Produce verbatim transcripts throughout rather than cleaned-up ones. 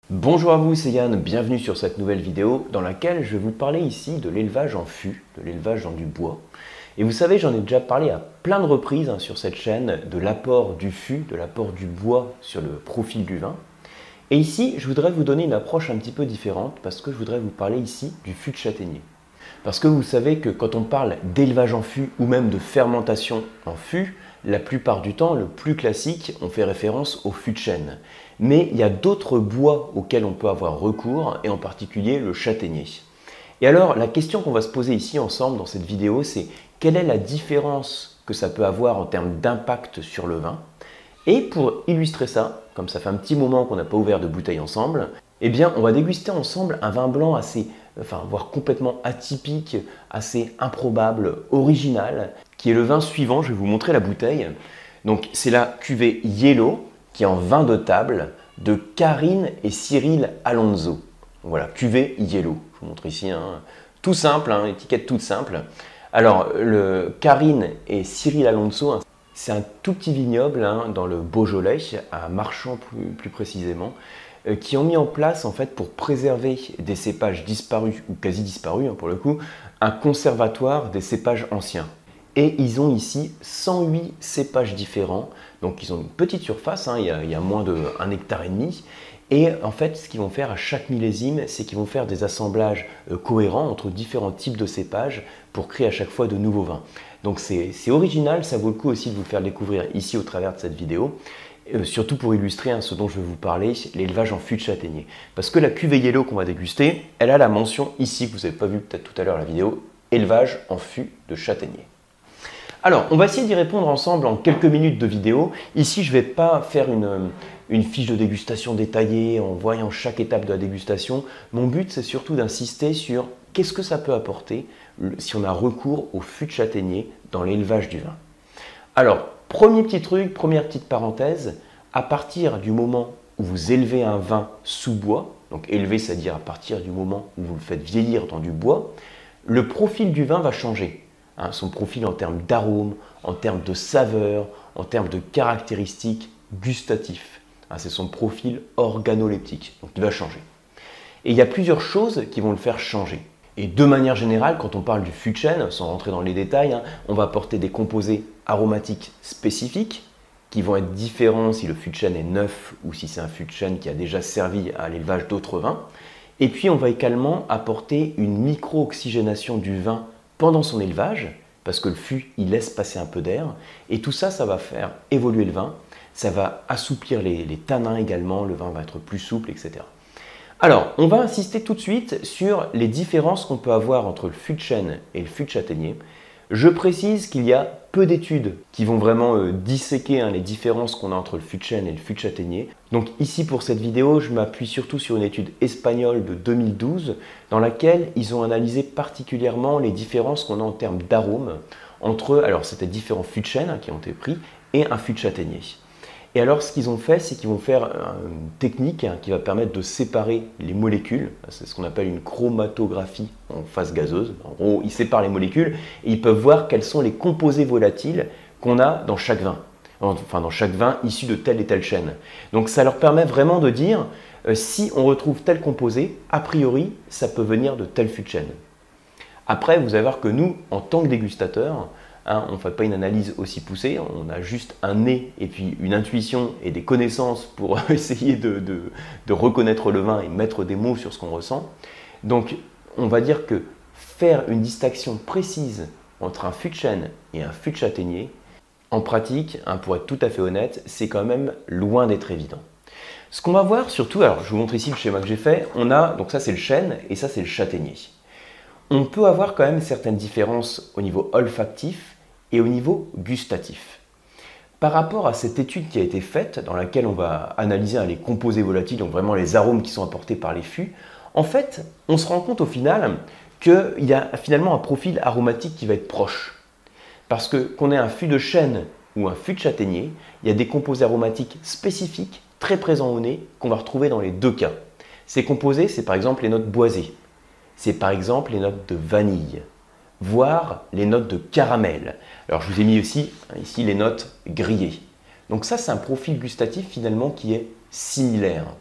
Bonjour à vous, c'est Yann, bienvenue sur cette nouvelle vidéo dans laquelle je vais vous parler ici de l'élevage en fût, de l'élevage dans du bois. Et vous savez, j'en ai déjà parlé à plein de reprises hein, sur cette chaîne de l'apport du fût, de l'apport du bois sur le profil du vin. Et ici, je voudrais vous donner une approche un petit peu différente parce que je voudrais vous parler ici du fût de châtaignier. Parce que vous savez que quand on parle d'élevage en fût ou même de fermentation en fût, la plupart du temps, le plus classique, on fait référence au fût de chêne. Mais il y a d'autres bois auxquels on peut avoir recours, et en particulier le châtaignier. Et alors, la question qu'on va se poser ici ensemble dans cette vidéo, c'est quelle est la différence que ça peut avoir en termes d'impact sur le vin? Et pour illustrer ça, comme ça fait un petit moment qu'on n'a pas ouvert de bouteille ensemble, eh bien, on va déguster ensemble un vin blanc assez, enfin, voire complètement atypique, assez improbable, original, qui est le vin suivant. Je vais vous montrer la bouteille. Donc, c'est la cuvée Yellow, qui est en vin de table, de Karine et Cyril Alonso. Donc, voilà, cuvée Yellow. Je vous montre ici, hein, tout simple, hein, étiquette toute simple. Alors, le Karine et Cyril Alonso, hein, c'est un tout petit vignoble hein, dans le Beaujolais, à Marchand plus, plus précisément, euh, qui ont mis en place en fait pour préserver des cépages disparus ou quasi disparus hein, pour le coup, un conservatoire des cépages anciens. Et ils ont ici cent huit cépages différents, donc ils ont une petite surface, hein, il, y a, il y a moins d'un hectare et demi. Et en fait, ce qu'ils vont faire à chaque millésime, c'est qu'ils vont faire des assemblages euh, cohérents entre différents types de cépages pour créer à chaque fois de nouveaux vins. Donc c'est original, ça vaut le coup aussi de vous le faire découvrir ici au travers de cette vidéo, euh, surtout pour illustrer hein, ce dont je vais vous parler, l'élevage en fût de châtaignier. Parce que la cuvée Yellow qu'on va déguster, elle a la mention ici, que vous n'avez pas vu peut-être tout à l'heure la vidéo, élevage en fût de châtaignier. Alors, on va essayer d'y répondre ensemble en quelques minutes de vidéo. Ici, je ne vais pas faire une, une fiche de dégustation détaillée en voyant chaque étape de la dégustation. Mon but, c'est surtout d'insister sur qu'est-ce que ça peut apporter si on a recours au fût de châtaignier dans l'élevage du vin. Alors, premier petit truc, première petite parenthèse, à partir du moment où vous élevez un vin sous bois, donc élever, c'est-à-dire à partir du moment où vous le faites vieillir dans du bois, le profil du vin va changer. Hein, son profil en termes d'arôme, en termes de saveur, en termes de caractéristiques gustatives. Hein, c'est son profil organoleptique, donc il va changer. Et il y a plusieurs choses qui vont le faire changer. Et de manière générale, quand on parle du fût de chêne, sans rentrer dans les détails, hein, on va apporter des composés aromatiques spécifiques qui vont être différents si le fût de chêne est neuf ou si c'est un fût de chêne qui a déjà servi à l'élevage d'autres vins. Et puis on va également apporter une micro-oxygénation du vin pendant son élevage, parce que le fût, il laisse passer un peu d'air, et tout ça, ça va faire évoluer le vin, ça va assouplir les, les tanins également, le vin va être plus souple, et cetera. Alors, on va insister tout de suite sur les différences qu'on peut avoir entre le fût de chêne et le fût de châtaignier. Je précise qu'il y a peu d'études qui vont vraiment euh, disséquer hein, les différences qu'on a entre le fût de chêne et le fût de châtaignier. Donc ici pour cette vidéo, je m'appuie surtout sur une étude espagnole de deux mille douze dans laquelle ils ont analysé particulièrement les différences qu'on a en termes d'arômes entre, alors c'était différents fûts de chêne hein, qui ont été pris, et un fût de châtaignier. Et alors ce qu'ils ont fait, c'est qu'ils vont faire une technique hein, qui va permettre de séparer les molécules. C'est ce qu'on appelle une chromatographie en phase gazeuse. En gros, ils séparent les molécules et ils peuvent voir quels sont les composés volatiles qu'on a dans chaque vin. Enfin, dans chaque vin issu de telle et telle chêne. Donc ça leur permet vraiment de dire, euh, si on retrouve tel composé, a priori, ça peut venir de tel fût de chêne. Après, vous allez voir que nous, en tant que dégustateurs, hein, on ne fait pas une analyse aussi poussée, on a juste un nez et puis une intuition et des connaissances pour essayer de, de, de reconnaître le vin et mettre des mots sur ce qu'on ressent. Donc, on va dire que faire une distinction précise entre un fût de chêne et un fût de châtaignier, en pratique, hein, pour être tout à fait honnête, c'est quand même loin d'être évident. Ce qu'on va voir surtout, alors je vous montre ici le schéma que j'ai fait, on a, donc ça c'est le chêne et ça c'est le châtaignier. On peut avoir quand même certaines différences au niveau olfactif et au niveau gustatif. Par rapport à cette étude qui a été faite, dans laquelle on va analyser hein, les composés volatiles, donc vraiment les arômes qui sont apportés par les fûts, en fait, on se rend compte au final qu'il y a finalement un profil aromatique qui va être proche. Parce que qu'on ait un fût de chêne ou un fût de châtaignier, il y a des composés aromatiques spécifiques, très présents au nez, qu'on va retrouver dans les deux cas. Ces composés, c'est par exemple les notes boisées, c'est par exemple les notes de vanille, voire les notes de caramel. Alors je vous ai mis aussi ici les notes grillées. Donc ça, c'est un profil gustatif finalement qui est similaire.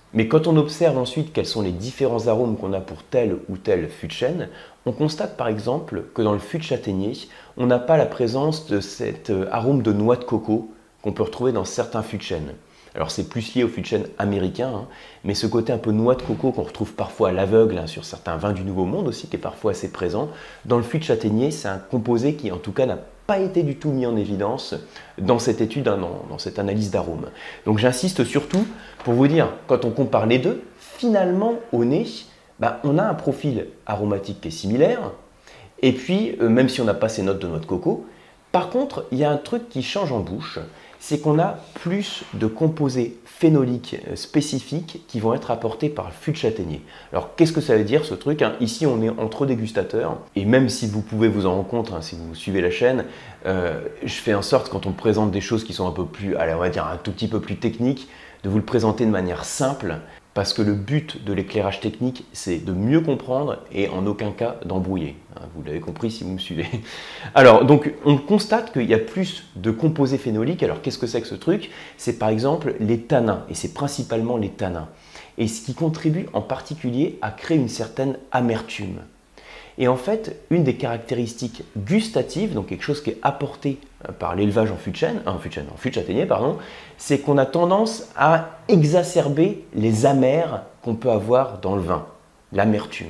Mais quand on observe ensuite quels sont les différents arômes qu'on a pour tel ou tel fût de chêne, on constate par exemple que dans le fût de châtaignier, on n'a pas la présence de cet arôme de noix de coco qu'on peut retrouver dans certains fûts de chêne. Alors c'est plus lié au fût de chêne américain, hein, mais ce côté un peu noix de coco qu'on retrouve parfois à l'aveugle hein, sur certains vins du Nouveau Monde aussi, qui est parfois assez présent, dans le fût de châtaignier, c'est un composé qui en tout cas n'a pas été du tout mis en évidence dans cette étude, hein, dans, dans cette analyse d'arômes. Donc j'insiste surtout pour vous dire, quand on compare les deux, finalement au nez, bah, on a un profil aromatique qui est similaire, et puis euh, même si on n'a pas ces notes de noix de coco, par contre il y a un truc qui change en bouche, c'est qu'on a plus de composés phénoliques spécifiques qui vont être apportés par le fût de châtaignier. Alors qu'est-ce que ça veut dire ce truc hein? Ici on est entre dégustateurs et même si vous pouvez vous en rendre compte hein, si vous suivez la chaîne, euh, je fais en sorte quand on présente des choses qui sont un peu plus, allez, on va dire un tout petit peu plus techniques, de vous le présenter de manière simple parce que le but de l'éclairage technique c'est de mieux comprendre et en aucun cas d'embrouiller. Vous l'avez compris si vous me suivez. Alors, donc, on constate qu'il y a plus de composés phénoliques. Alors, qu'est-ce que c'est que ce truc? C'est par exemple les tanins, et c'est principalement les tanins. Et ce qui contribue en particulier à créer une certaine amertume. Et en fait, une des caractéristiques gustatives, donc quelque chose qui est apporté par l'élevage en fût de chêne, en fût de chêne, en fût de châtaignier, pardon, c'est qu'on a tendance à exacerber les amers qu'on peut avoir dans le vin, l'amertume.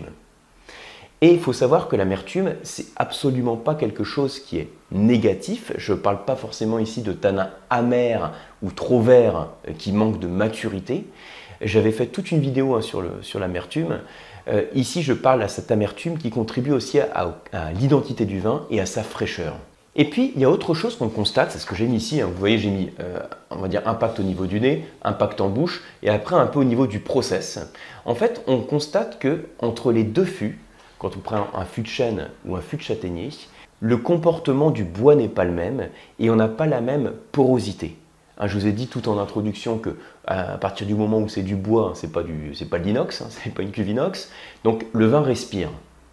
Et il faut savoir que l'amertume, c'est absolument pas quelque chose qui est négatif. Je ne parle pas forcément ici de tanins amers ou trop verts qui manquent de maturité. J'avais fait toute une vidéo hein, sur, le, sur l'amertume. Euh, ici, je parle à cette amertume qui contribue aussi à, à l'identité du vin et à sa fraîcheur. Et puis, il y a autre chose qu'on constate, c'est ce que j'ai mis ici. Hein. Vous voyez, j'ai mis, euh, on va dire, impact au niveau du nez, impact en bouche, et après un peu au niveau du process. En fait, on constate que entre les deux fûts, quand on prend un fût de chêne ou un fût de châtaignier, le comportement du bois n'est pas le même et on n'a pas la même porosité. Hein, je vous ai dit tout en introduction que à partir du moment où c'est du bois, c'est pas du, c'est pas de l'inox, hein, c'est pas une cuve inox, donc le vin respire.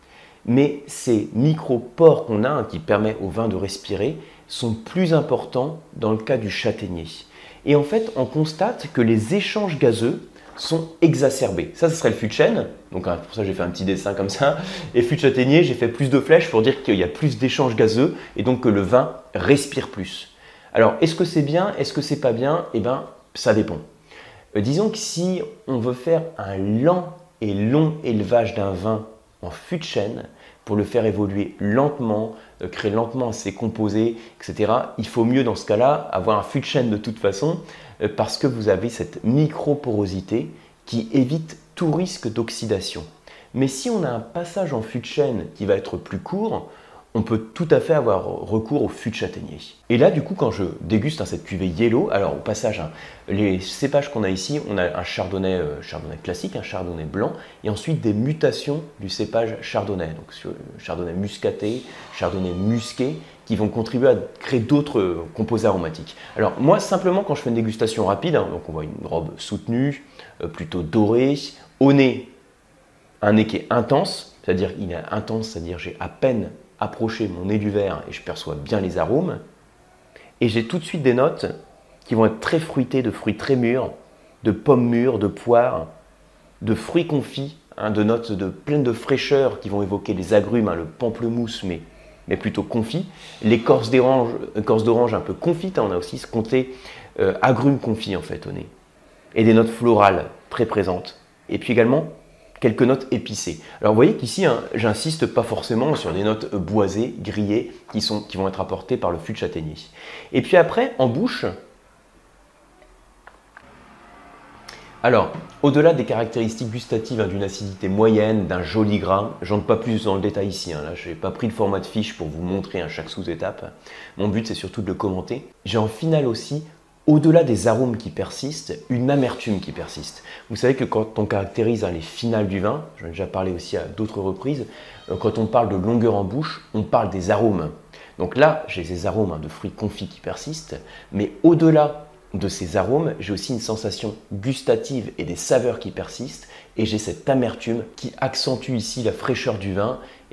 Mais ces micro-pores qu'on a, hein, qui permettent au vin de respirer, sont plus importants dans le cas du châtaignier. Et en fait, on constate que les échanges gazeux sont exacerbés. Ça, ce serait le fût de chêne. Donc, hein, pour ça, j'ai fait un petit dessin comme ça. Et fût de châtaignier, j'ai fait plus de flèches pour dire qu'il y a plus d'échanges gazeux et donc que le vin respire plus. Alors, est-ce que c'est bien? Est-ce que c'est pas bien? Eh bien, ça dépend. Euh, disons que si on veut faire un lent et long élevage d'un vin en fût de chêne, pour le faire évoluer lentement, euh, créer lentement ses composés, et cetera, il faut mieux dans ce cas-là avoir un fût de chêne de toute façon, euh, parce que vous avez cette micro-porosité qui évite tout risque d'oxydation. Mais si on a un passage en fût de chêne qui va être plus court, on peut tout à fait avoir recours au fût de châtaignier. Et là, du coup, quand je déguste hein, cette cuvée Yellow, alors au passage, hein, les cépages qu'on a ici, on a un chardonnay, euh, chardonnay classique, un chardonnay blanc, et ensuite des mutations du cépage chardonnay, donc sur le chardonnay muscaté, chardonnay musqué, qui vont contribuer à créer d'autres euh, composés aromatiques. Alors moi, simplement, quand je fais une dégustation rapide, hein, donc on voit une robe soutenue, euh, plutôt dorée, au nez, un nez qui est intense, c'est-à-dire qu'il est intense, c'est-à-dire j'ai à peine approcher mon nez du verre et je perçois bien les arômes. Et j'ai tout de suite des notes qui vont être très fruitées, de fruits très mûrs, de pommes mûres, de poires, de fruits confits, hein, de notes de, pleines de fraîcheur qui vont évoquer les agrumes, hein, le pamplemousse, mais, mais plutôt confit. L'écorce d'orange, écorce d'orange un peu confite, hein, on a aussi ce comté euh, agrumes confits en fait au nez. Et des notes florales très présentes. Et puis également quelques notes épicées. Alors vous voyez qu'ici, hein, j'insiste pas forcément sur des notes boisées, grillées, qui, sont, qui vont être apportées par le fût de châtaignier. Et puis après, en bouche, alors, au-delà des caractéristiques gustatives hein, d'une acidité moyenne, d'un joli gras, j'entre pas plus dans le détail ici, hein, là je n'ai pas pris le format de fiche pour vous montrer hein, chaque sous-étape, mon but c'est surtout de le commenter. J'ai en finale aussi, au-delà des arômes qui persistent, une amertume qui persiste. Vous savez que quand on caractérise hein, les finales du vin, j'en ai déjà parlé aussi à d'autres reprises, euh, quand on parle de longueur en bouche, on parle des arômes. Donc là, j'ai des arômes hein, de fruits confits qui persistent, mais au-delà de ces arômes, j'ai aussi une sensation gustative et des saveurs qui persistent, et j'ai cette amertume qui accentue ici la fraîcheur du vin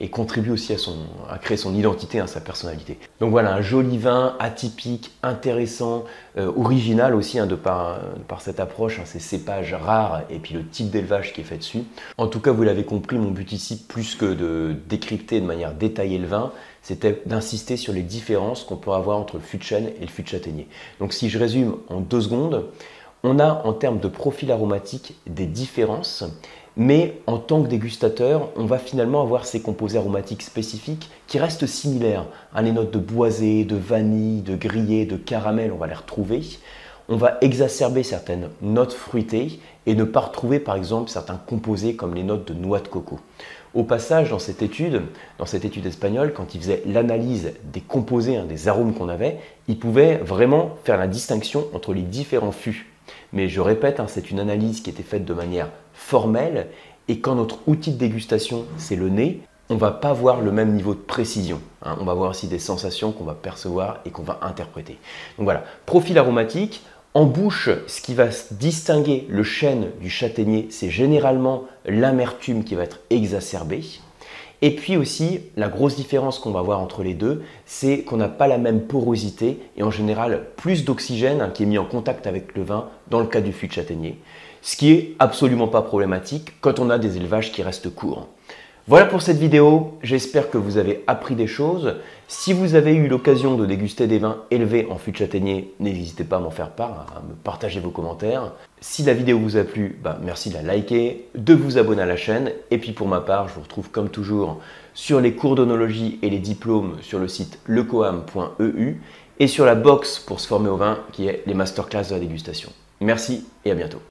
et contribue aussi à, son, à créer son identité, hein, sa personnalité. Donc voilà, un joli vin, atypique, intéressant, euh, original aussi hein, de, par, de par cette approche, hein, ces cépages rares et puis le type d'élevage qui est fait dessus. En tout cas, vous l'avez compris, mon but ici, plus que de décrypter de manière détaillée le vin, c'était d'insister sur les différences qu'on peut avoir entre le fût de chêne et le fût de châtaignier. Donc si je résume en deux secondes, on a en termes de profil aromatique des différences, mais en tant que dégustateur, on va finalement avoir ces composés aromatiques spécifiques qui restent similaires. Hein, les notes de boisé, de vanille, de grillé, de caramel, on va les retrouver. On va exacerber certaines notes fruitées et ne pas retrouver par exemple certains composés comme les notes de noix de coco. Au passage, dans cette étude, dans cette étude espagnole, quand il faisait l'analyse des composés, hein, des arômes qu'on avait, il pouvait vraiment faire la distinction entre les différents fûts. Mais je répète, hein, c'est une analyse qui était faite de manière formelle et quand notre outil de dégustation, c'est le nez, on ne va pas voir le même niveau de précision. Hein. On va voir aussi des sensations qu'on va percevoir et qu'on va interpréter. Donc voilà, profil aromatique. En bouche, ce qui va distinguer le chêne du châtaignier, c'est généralement l'amertume qui va être exacerbée. Et puis aussi, la grosse différence qu'on va voir entre les deux, c'est qu'on n'a pas la même porosité et en général plus d'oxygène hein, qui est mis en contact avec le vin dans le cas du fût de châtaignier, ce qui est absolument pas problématique quand on a des élevages qui restent courts. Voilà pour cette vidéo, j'espère que vous avez appris des choses. Si vous avez eu l'occasion de déguster des vins élevés en fût de châtaignier, n'hésitez pas à m'en faire part, à me partager vos commentaires. Si la vidéo vous a plu, bah merci de la liker, de vous abonner à la chaîne. Et puis pour ma part, je vous retrouve comme toujours sur les cours d'onologie et les diplômes sur le site lecoam point e u et sur la box pour se former au vin qui est les masterclass de la dégustation. Merci et à bientôt.